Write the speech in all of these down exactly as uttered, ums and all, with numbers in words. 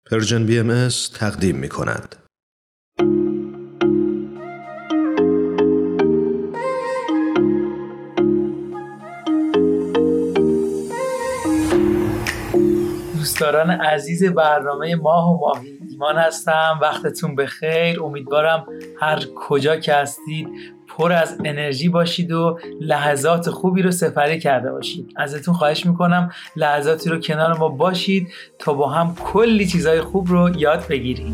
پرژن بی ام اس تقدیم می کند. دوستداران عزیز برنامه ماه و ماهی، ایمان هستم. وقتتون بخیر. امیدوارم هر کجا که هستید پر از انرژی باشید و لحظات خوبی رو سپری کرده باشید. ازتون خواهش میکنم لحظاتی رو کنار ما باشید تا با هم کلی چیزای خوب رو یاد بگیریم.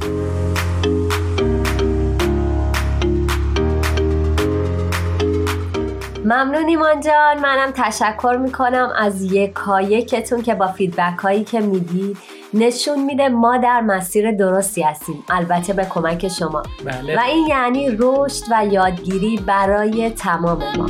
ممنون ایمان جان. منم تشکر میکنم از یکایکتون که با فیدبک هایی که میدید نشون میده ما در مسیر درستی هستیم، البته به کمک شما. بله. و این یعنی رشد و یادگیری برای تمام ما.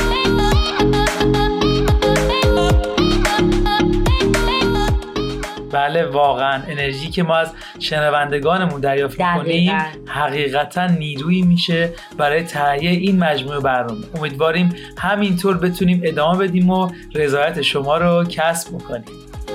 بله، واقعا انرژی که ما از شنوندگانمون دریافت کنیم حقیقتا نیرویی میشه برای تهیه این مجموعه برنامه. امیدواریم همینطور بتونیم ادامه بدیم و رضایت شما رو کسب میکنیم.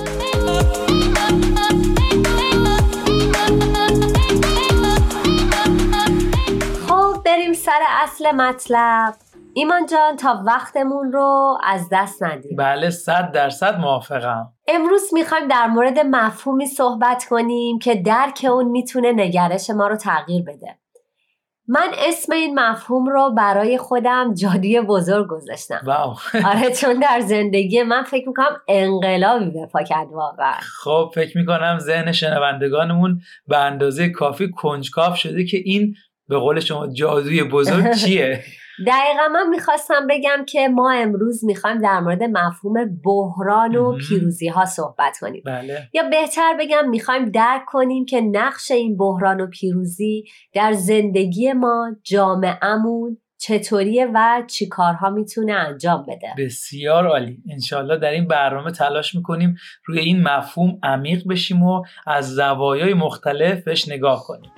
خب بریم سر اصل مطلب. ایمان جان تا وقتمون رو از دست ندیم. بله، صد درصد موافقم. امروز میخوایم در مورد مفهومی صحبت کنیم که درک اون میتونه نگرش ما رو تغییر بده. من اسم این مفهوم رو برای خودم جادوی بزرگ گذاشتم. واو. آره، چون در زندگی من فکر میکنم انقلابی به پا کرد واقعا. خب فکر میکنم ذهن شنوندگانمون به اندازه کافی کنجکاو شده که این به قول شما جادوی بزرگ چیه؟ دقیقا من میخواستم بگم که ما امروز میخوایم در مورد مفهوم بحران و پیروزی ها صحبت کنیم. بله. یا بهتر بگم میخوایم درک کنیم که نقش این بحران و پیروزی در زندگی ما، جامعه‌مون چطوریه و چی کارها میتونه انجام بده. بسیار عالی. انشالله در این برنامه تلاش میکنیم روی این مفهوم عمیق بشیم و از زوایای مختلف بهش نگاه کنیم.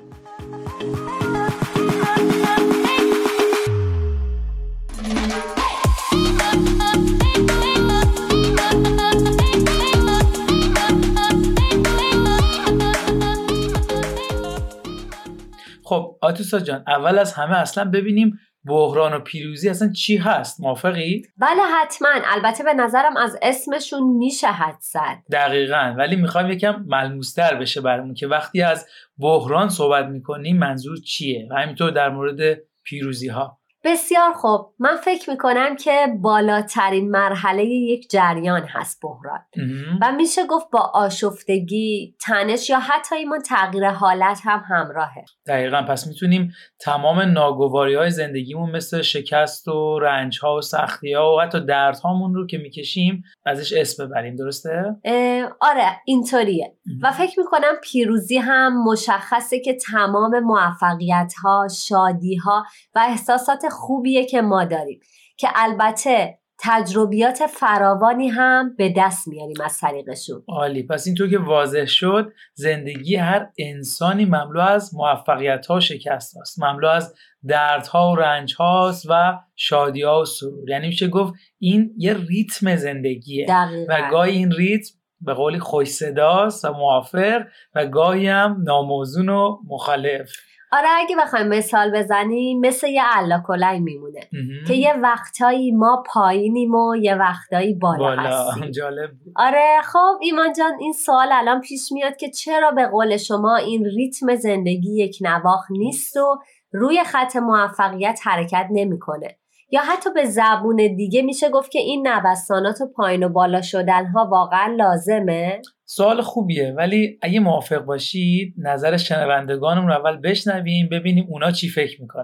خب آتوسا جان، اول از همه اصلا ببینیم بحران و پیروزی اصلا چی هست. موافقی؟ بله حتما. البته به نظرم از اسمشون میشه حدس زد. دقیقاً، ولی میخوایم یکم ملموس‌تر بشه برامون که وقتی از بحران صحبت میکنیم منظور چیه و همینطور در مورد پیروزی ها. بسیار خوب. من فکر میکنم که بالاترین مرحله یک جریان هست بحران و میشه گفت با آشفتگی، تنش یا حتی ایمان تغییر حالت هم همراهه. دقیقاً. پس میتونیم تمام ناگواری های زندگیمون مثل شکست و رنج ها و سختی ها و حتی درد هامون رو که میکشیم ازش اسم ببریم. درسته؟ آره اینطوریه. و فکر میکنم پیروزی هم مشخصه که تمام موفقیت ها، شادی ها و احساسات خوبیه که ما داریم که البته تجربیات فراوانی هم به دست میاریم از طریقشون. عالی. پس اینطور که واضح شد زندگی هر انسانی مملو از موفقیت ها و شکست هاست، مملو از دردها و رنج هاست و شادی ها و سرور. یعنی میشه گفت این یه ریتم زندگیه. دقیقا. و گاهی این ریتم به قولی خوش صداست و موافق و گاهی هم ناموزون و مخالف. آره اگه بخوایم مثال بزنیم مثل یه علاکلنگ میمونه که یه وقتایی ما پایینیم و یه وقتایی بالا, بالا. هستیم. جالب. آره خب ایمان جان، این سوال الان پیش میاد که چرا به قول شما این ریتم زندگی یک نواخت نیست و روی خط موفقیت حرکت نمیکنه؟ یا حتی به زبون دیگه میشه گفت که این نوسانات و پایین و بالا شدن ها واقعا لازمه؟ سوال خوبیه، ولی اگه موافق باشید نظر شنوندگانمون رو اول بشنویم ببینیم اونا چی فکر میکنن.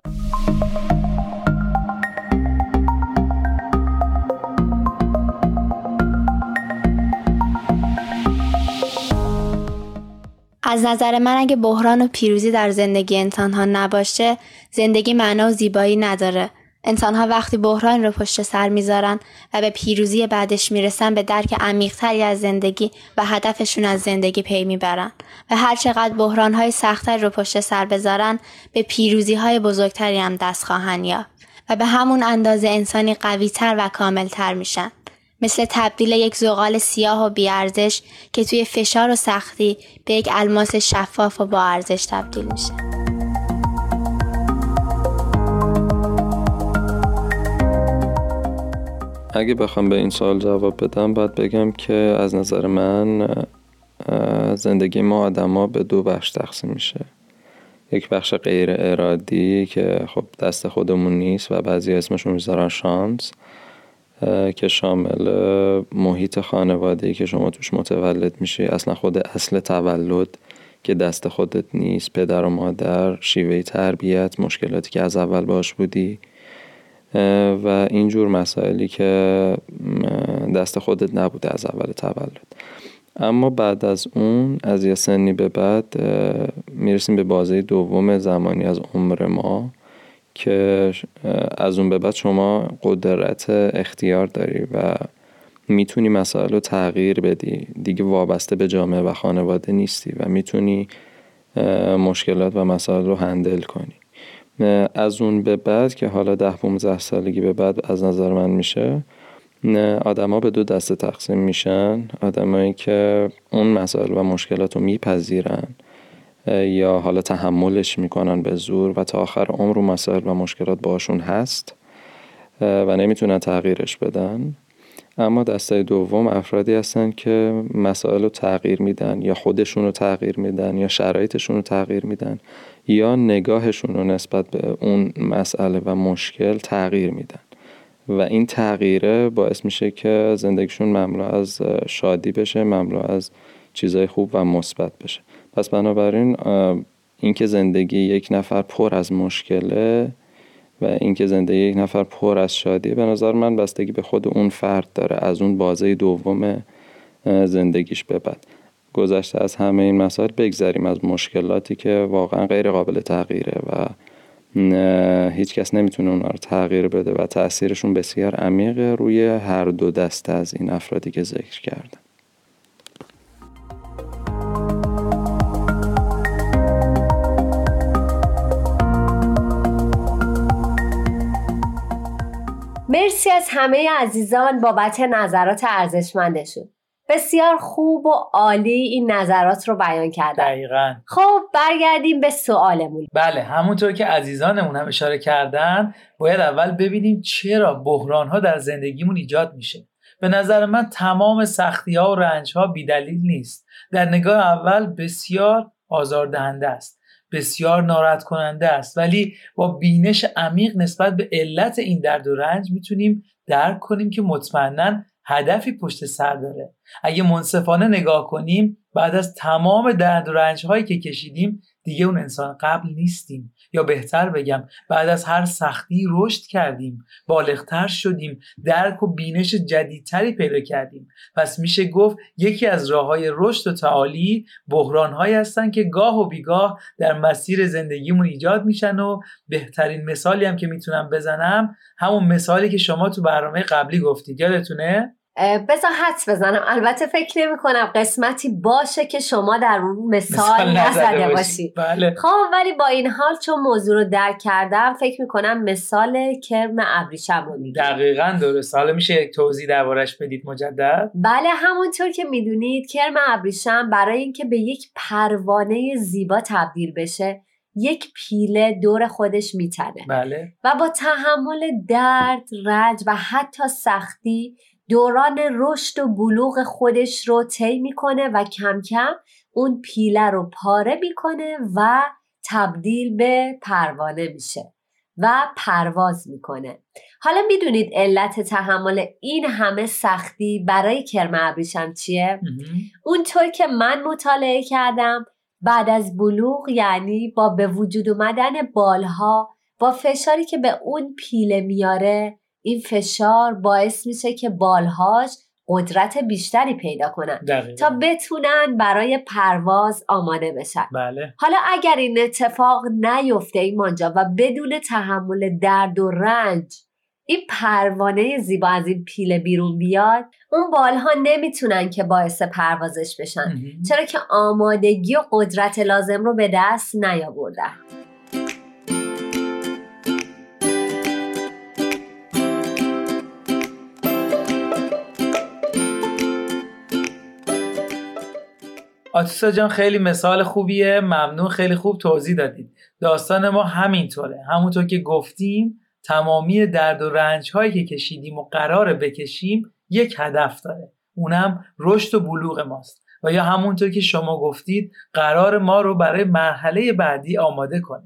از نظر من اگه بحران و پیروزی در زندگی انسان‌ها نباشه، زندگی معنا و زیبایی نداره. انسان‌ها وقتی بحران رو پشت سر میذارن و به پیروزی بعدش میرسن به درک عمیق‌تری از زندگی و هدفشون از زندگی پی میبرن و هر چقدر بحران‌های سخت‌تر رو پشت سر بذارن به پیروزی‌های بزرگتری هم دست خواهن یافت و به همون اندازه انسانی قوی‌تر و کامل‌تر میشن. مثل تبدیل یک زغال سیاه و بی‌ارزش که توی فشار و سختی به یک الماس شفاف و با ارزش تبدیل میشه. اگه بخوام به این سوال جواب بدم باید بگم که از نظر من زندگی ما آدما به دو بخش تقسیم میشه. یک بخش غیر ارادی که خب دست خودمون نیست و بعضی اسمشون میذارن شانس، که شامل محیط خانواده‌ای که شما توش متولد میشی، اصلا خود اصل تولد که دست خودت نیست، پدر و مادر، شیوه تربیت، مشکلاتی که از اول باش بودی و اینجور مسائلی که دست خودت نبوده از اول تولد. اما بعد از اون از یه سنی به بعد میرسیم به بازه دوم زمانی از عمر ما که از اون به بعد شما قدرت اختیار داری و میتونی مسائل رو تغییر بدی، دیگه وابسته به جامعه و خانواده نیستی و میتونی مشکلات و مسائل رو هندل کنی. از اون به بعد که حالا ده پونزده سالگی به بعد از نظر من میشه، آدم ها به دو دسته تقسیم میشن. آدمایی که اون مسائل و مشکلات رو میپذیرن یا حالا تحملش میکنن به زور و تا آخر عمر مسائل و مشکلات باشون هست و نمیتونن تغییرش بدن. اما دسته دوم افرادی هستن که مسائل رو تغییر میدن یا خودشون رو تغییر میدن یا شرایطشون رو تغییر میدن یا نگاهشون رو نسبت به اون مسئله و مشکل تغییر میدن و این تغییره باعث میشه که زندگیشون مملو از شادی بشه، مملو از چیزای خوب و مثبت بشه. پس بنابراین اینکه زندگی یک نفر پر از مشکله و اینکه زندگی یک نفر پر از شادیه، به نظر من بستگی به خود اون فرد داره، از اون بازه دوم زندگیش به بعد. گذشته از همه این مسائل بگذریم از مشکلاتی که واقعا غیر قابل تغییره و هیچ کس نمیتونه اونا رو تغییر بده و تأثیرشون بسیار عمیقه روی هر دو دسته از این افرادی که ذکر کردم. مرسی از همه عزیزان بابت نظرات ارزشمندشون. بسیار خوب و عالی این نظرات رو بیان کردن. دقیقاً. خب برگردیم به سوالمون. بله، همونطور که عزیزانمون هم اشاره کردن، باید اول ببینیم چرا بحران‌ها در زندگیمون ایجاد میشه. به نظر من تمام سختی‌ها و رنج‌ها بی‌دلیل نیست. در نگاه اول بسیار آزاردهنده است، بسیار ناراحت کننده است، ولی با بینش عمیق نسبت به علت این درد و رنج میتونیم درک کنیم که مطمئناً هدفی پشت سر داره. اگه منصفانه نگاه کنیم، بعد از تمام درد و رنج‌هایی که کشیدیم دیگه اون انسان قبل نیستیم، یا بهتر بگم بعد از هر سختی رشد کردیم، بالغتر شدیم، درک و بینش جدیدتری پیدا کردیم. پس میشه گفت یکی از راه‌های رشد و تعالی بحران‌هایی هستن که گاه و بیگاه در مسیر زندگیمون ایجاد میشن و بهترین مثالی هم که میتونم بزنم همون مثالی که شما تو برنامه قبلی گفتید، یادتونه؟ بذار حدس بزنم. البته فکر نمی کنم قسمتی باشه که شما در اون مثال نزده باشید. بله. خب ولی با این حال چون موضوع رو درک کردم فکر می کنم مثال کرم ابریشم رو میگم. دقیقاً درست. حالا میشه یک توضیح دربارش بدید مجدد؟ بله، همونطور که میدونید کرم ابریشم برای اینکه به یک پروانه زیبا تبدیل بشه یک پیله دور خودش میتنه. بله. و با تحمل درد، رنج و حتی سختی دوران رشد و بلوغ خودش رو طی میکنه و کم کم اون پیله رو پاره میکنه و تبدیل به پروانه میشه و پرواز میکنه. حالا میدونید علت تحمل این همه سختی برای کرم ابریشم چیه؟ اونطور که من مطالعه کردم بعد از بلوغ، یعنی با به وجود اومدن بالها، با فشاری که به اون پیله میاره، این فشار باعث میشه که بالهاش قدرت بیشتری پیدا کنن دقیقا. تا بتونن برای پرواز آماده بشن. بله. حالا اگر این اتفاق نیفته ایمانجا و بدون تحمل درد و رنج این پروانه زیبا از این پیله بیرون بیاد، اون بالها نمیتونن که باعث پروازش بشن امه. چرا که آمادگی و قدرت لازم رو به دست نیاوردن. آتیسا جان خیلی مثال خوبیه، ممنون، خیلی خوب توضیح دادید. داستان ما همینطوره، همونطور که گفتیم تمامی درد و رنج هایی که کشیدیم و قراره بکشیم یک هدف داره، اونم رشد و بلوغ ماست و یا همونطور که شما گفتید قرار ما رو برای مرحله بعدی آماده کنه.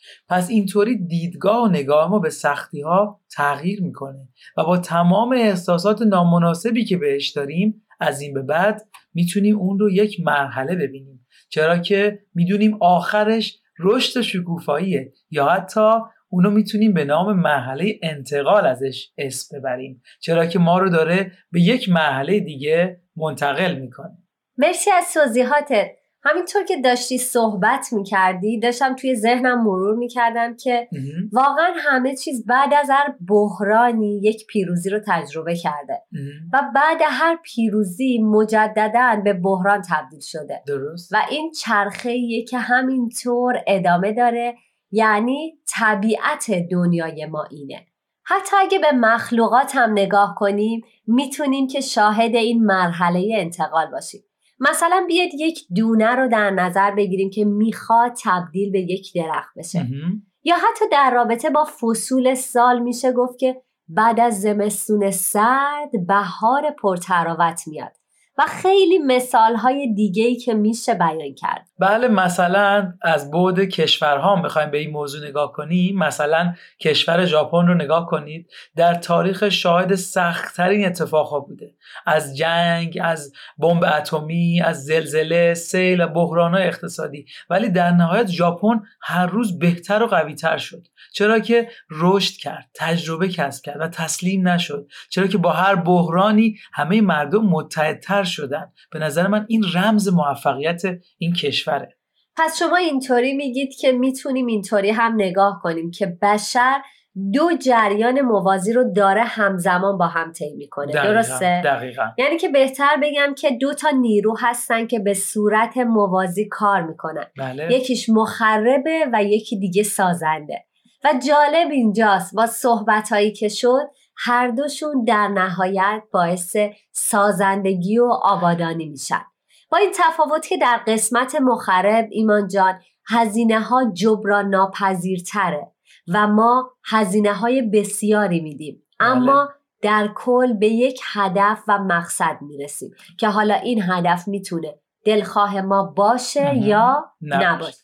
پس اینطوری دیدگاه و نگاه ما به سختی ها تغییر میکنه و با تمام احساسات نامناسبی که بهش داریم از این به بعد میتونیم اون رو یک مرحله ببینیم، چرا که میدونیم آخرش رشد و شکوفاییه، یا حتی اونو میتونیم به نام مرحله انتقال ازش اسم ببریم، چرا که ما رو داره به یک مرحله دیگه منتقل میکنه. مرسی از توضیحاتت. همینطور که داشتی صحبت میکردی داشتم توی ذهنم مرور میکردم که واقعا همه چیز بعد از هر بحرانی یک پیروزی رو تجربه کرده و بعد هر پیروزی مجدداً به بحران تبدیل شده. درست. و این چرخه‌ایه که همینطور ادامه داره، یعنی طبیعت دنیای ما اینه. حتی اگه به مخلوقات هم نگاه کنیم میتونیم که شاهد این مرحله انتقال باشیم. مثلا بیاید یک دونه رو در نظر بگیریم که میخواد تبدیل به یک درخت بشه. یا حتی در رابطه با فصول سال میشه گفت که بعد از زمستون سرد بهار پرتراوت میاد و خیلی مثالهای دیگه‌ای که میشه بیان کرد. بله، مثلا از بعد کشورها هم بخوایم به این موضوع نگاه کنیم، مثلا کشور ژاپن رو نگاه کنید، در تاریخ شاهد سخت‌ترین اتفاقها بوده، از جنگ، از بمب اتمی، از زلزله، سیل و بحران‌های اقتصادی، ولی در نهایت ژاپن هر روز بهتر و قوی‌تر شد، چرا که رشد کرد، تجربه کسب کرد و تسلیم نشد، چرا که با هر بحرانی همه مردم متحدتر شدن. به نظر من این رمز موفقیت این کشوره. پس شما اینطوری میگید که میتونیم اینطوری هم نگاه کنیم که بشر دو جریان موازی رو داره همزمان با هم طی میکنه. درسته؟ دقیقاً. یعنی که بهتر بگم که دو تا نیرو هستن که به صورت موازی کار میکنن. بله. یکیش مخربه و یکی دیگه سازنده. و جالب اینجاست با صحبتایی که شد هر دوشون در نهایت باعث سازندگی و آبادانی میشن. با این تفاوت که در قسمت مخرب ایمان جان هزینه ها جبران ناپذیرتره و ما هزینه های بسیاری میدیم، اما در کل به یک هدف و مقصد میرسیم که حالا این هدف میتونه دلخواه ما باشه یا نباشه.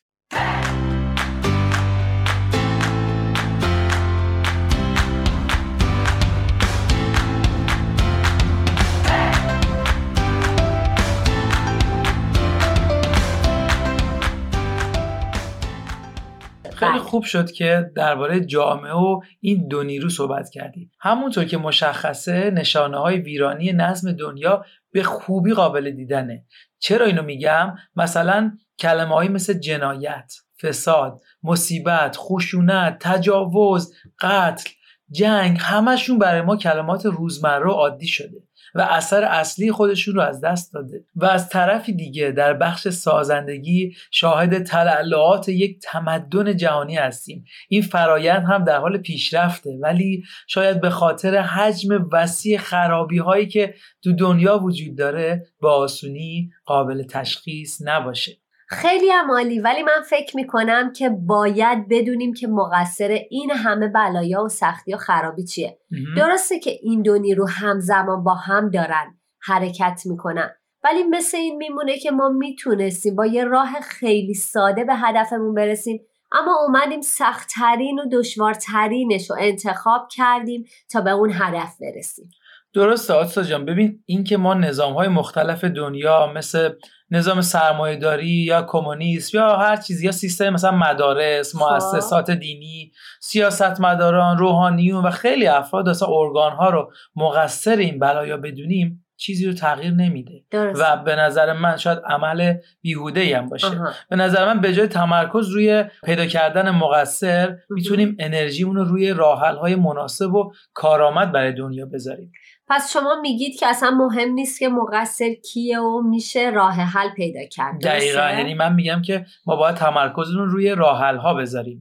خیلی خوب شد که درباره جامعه و این دو نیرو صحبت کردیم. همونطور که مشخصه نشانه‌های ویرانی نظم دنیا به خوبی قابل دیدنه. چرا اینو میگم؟ مثلا کلمه‌هایی مثل جنایت، فساد، مصیبت، خشونت، تجاوز، قتل، جنگ، همشون برای ما کلمات روزمره و عادی شده و اثر اصلی خودشون رو از دست داده. و از طرفی دیگه در بخش سازندگی شاهد تلالات یک تمدن جهانی هستیم. این فرایند هم در حال پیشرفته، ولی شاید به خاطر حجم وسیع خرابی هایی که تو دنیا وجود داره به آسونی قابل تشخیص نباشه. خیلی هم عالی، ولی من فکر میکنم که باید بدونیم که مقصر این همه بلایا و سختی و خرابی چیه. درسته که این دو نیرو همزمان با هم دارن حرکت میکنن، ولی مثل این میمونه که ما میتونستیم با یه راه خیلی ساده به هدفمون برسیم، اما اومدیم سخت‌ترین و دشوارترینش رو انتخاب کردیم تا به اون هدف برسیم. درسته آتیسا جان. ببین این که ما نظام‌های مختلف دنیا مثل نظام سرمایه‌داری یا کمونیسم یا هر چیزی یا سیستم مثلا مدارس، مؤسسات دینی، سیاستمداران، روحانیون و خیلی افراد اصلا ارگان‌ها رو مقصر این بلایا بدونیم چیزی رو تغییر نمیده. درست. و به نظر من شاید عمل بیهوده‌ای هم باشه. آها. به نظر من به جای تمرکز روی پیدا کردن مقصر میتونیم انرژیمون رو روی راه‌حل‌های مناسب و کارآمد برای دنیا بذاریم. پس شما میگید که اصلا مهم نیست که مقصر کیه و میشه راه حل پیدا کرد. دقیقاً. یعنی من میگم که ما باید تمرکزمون روی راه حل ها بذاریم.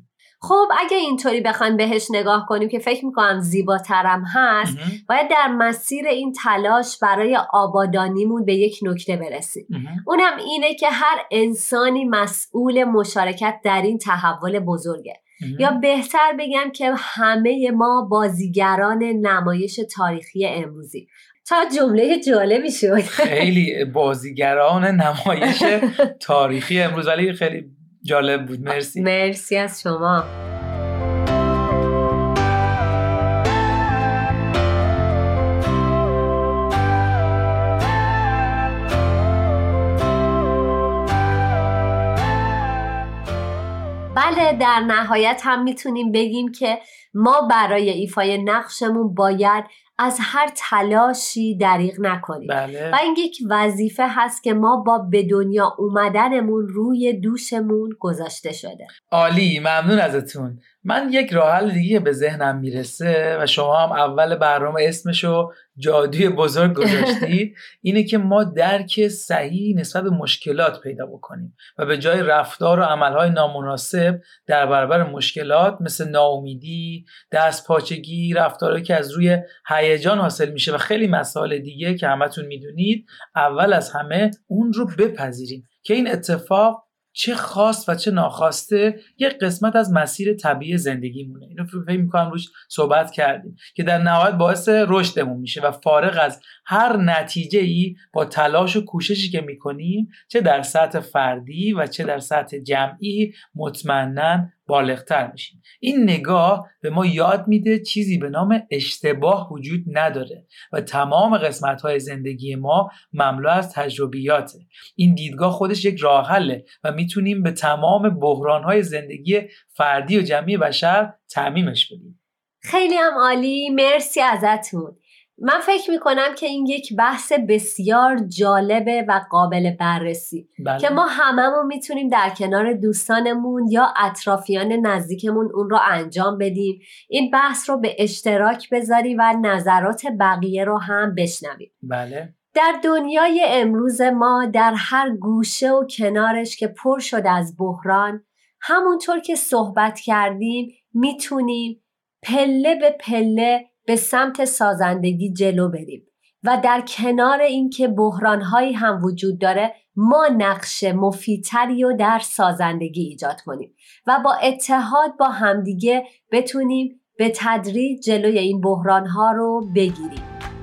خب اگه اینطوری بخوایم بهش نگاه کنیم که فکر میکنم زیباترم هست، باید در مسیر این تلاش برای آبادانیمون به یک نکته برسیم. اونم اینه که هر انسانی مسئول مشارکت در این تحول بزرگه. یا بهتر بگم که همه ما بازیگران نمایش تاریخی امروزی. تا جمله جالبی شد. خیلی بازیگران نمایش تاریخی امروز، ولی خیلی جالب بود. مرسی. مرسی از شما. بله، در نهایت هم میتونیم بگیم که ما برای ایفای نقشمون باید از هر تلاشی دریغ نکنیم. بله. و این یک وظیفه هست که ما با به دنیا اومدنمون روی دوشمون گذاشته شده. عالی، ممنون ازتون. من یک راه حل دیگه به ذهنم میرسه و شما هم اول برنامه اسمشو جادوی بزرگ گذاشتید. اینه که ما درک صحیح نسبت به مشکلات پیدا بکنیم و به جای رفتار و عملهای نامناسب در برابر مشکلات مثل ناامیدی، دستپاچگی، رفتارهایی که از روی هیجان حاصل میشه و خیلی مسائل دیگه که همتون میدونید، اول از همه اون رو بپذیریم که این اتفاق چه خواست و چه ناخواسته یک قسمت از مسیر طبیعی زندگیمونه. اینو فکر می‌کنم روش صحبت کردیم که در نهایت باعث رشدمون میشه و فارغ از هر نتیجه‌ای با تلاش و کوششی که می‌کنیم، چه در سطح فردی و چه در سطح جمعی، مطمئناً بالغتر میشیم. این نگاه به ما یاد میده چیزی به نام اشتباه وجود نداره و تمام قسمت‌های زندگی ما مملو از تجربیاته. این دیدگاه خودش یک راه حله و میتونیم به تمام بحران‌های زندگی فردی و جمعی بشر تعمیمش بدیم. خیلی هم عالی، مرسی ازتون. من فکر میکنم که این یک بحث بسیار جالبه و قابل بررسی. بله. که ما هممون میتونیم در کنار دوستانمون یا اطرافیان نزدیکمون اون رو انجام بدیم، این بحث رو به اشتراک بذاریم و نظرات بقیه رو هم بشنویم. بله. در دنیای امروز ما در هر گوشه و کنارش که پر شده از بحران، همونطور که صحبت کردیم میتونیم پله به پله به سمت سازندگی جلو بریم و در کنار این که بحران‌هایی هم وجود داره، ما نقش مفیدتری رو در سازندگی ایجاد کنیم و با اتحاد با همدیگه بتونیم به تدریج جلوی این بحران‌ها رو بگیریم.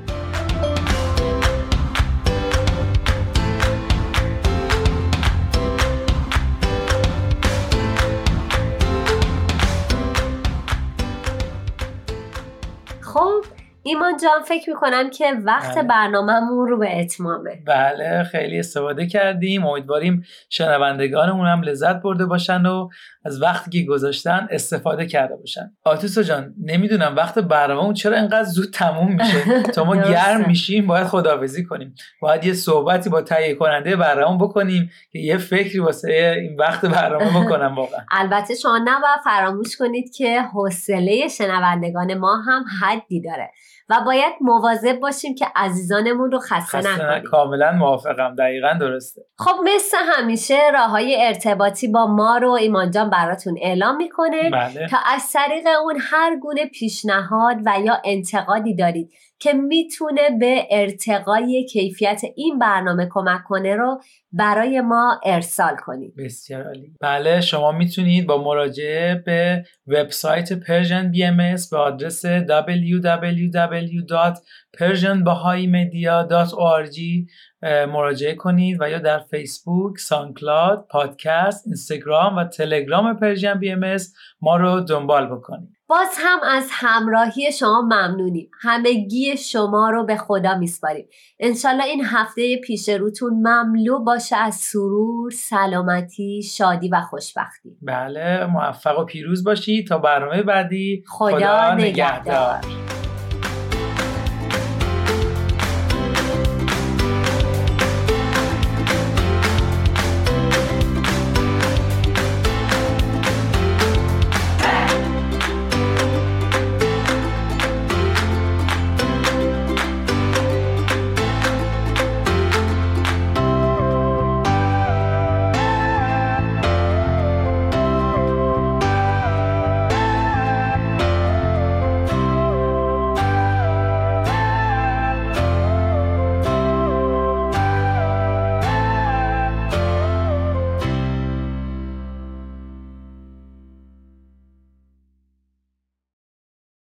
خب ایمان جان، فکر میکنم که وقت بله. برنامه‌مون رو به اتمامه. بله، خیلی استفاده کردیم. امیدواریم شنوندگانمون هم لذت برده باشن و از وقتی که گذاشتن استفاده کرده باشن. آتوسا جان، نمیدونم وقت برنامه‌مون چرا اینقدر زود تموم میشه. تا ما گرم میشیم باید خداحافظی کنیم. باید یه صحبتی با تهیه کننده برنامه بکنیم که یه فکری واسه این وقت برنامه بکنم واقعا. البته شما نباید فراموش کنید که حوصله شنوندگان ما هم حدی داره و باید مواظب باشیم که عزیزانمون رو خسته, خسته نکنیم. کاملا موافقم، دقیقاً درسته. خب مثل همیشه راههای ارتباطی با ما رو ایمان جان براتون اعلام میکنه. بله. تا از طریق اون هر گونه پیشنهاد و یا انتقادی دارید که میتونه به ارتقای کیفیت این برنامه کمک کنه رو برای ما ارسال کنید. بسیار عالی. بله، شما میتونید با مراجعه به وبسایت پرژن بی ام اس به آدرس دبلیو دبلیو دبلیو دات پرژن بهایی مدیا دات او آر جی مراجعه کنید و یا در فیسبوک، ساندکلاود، پادکست، اینستاگرام و تلگرام پرژن بی ام اس ما رو دنبال بکنید. باز هم از همراهی شما ممنونیم. همگی شما رو به خدا میسپاریم. انشالله این هفته پیش روتون مملو باشه از سرور، سلامتی، شادی و خوشبختی. بله، موفق و پیروز باشید. تا برنامه بعدی، خدا, خدا نگهدار.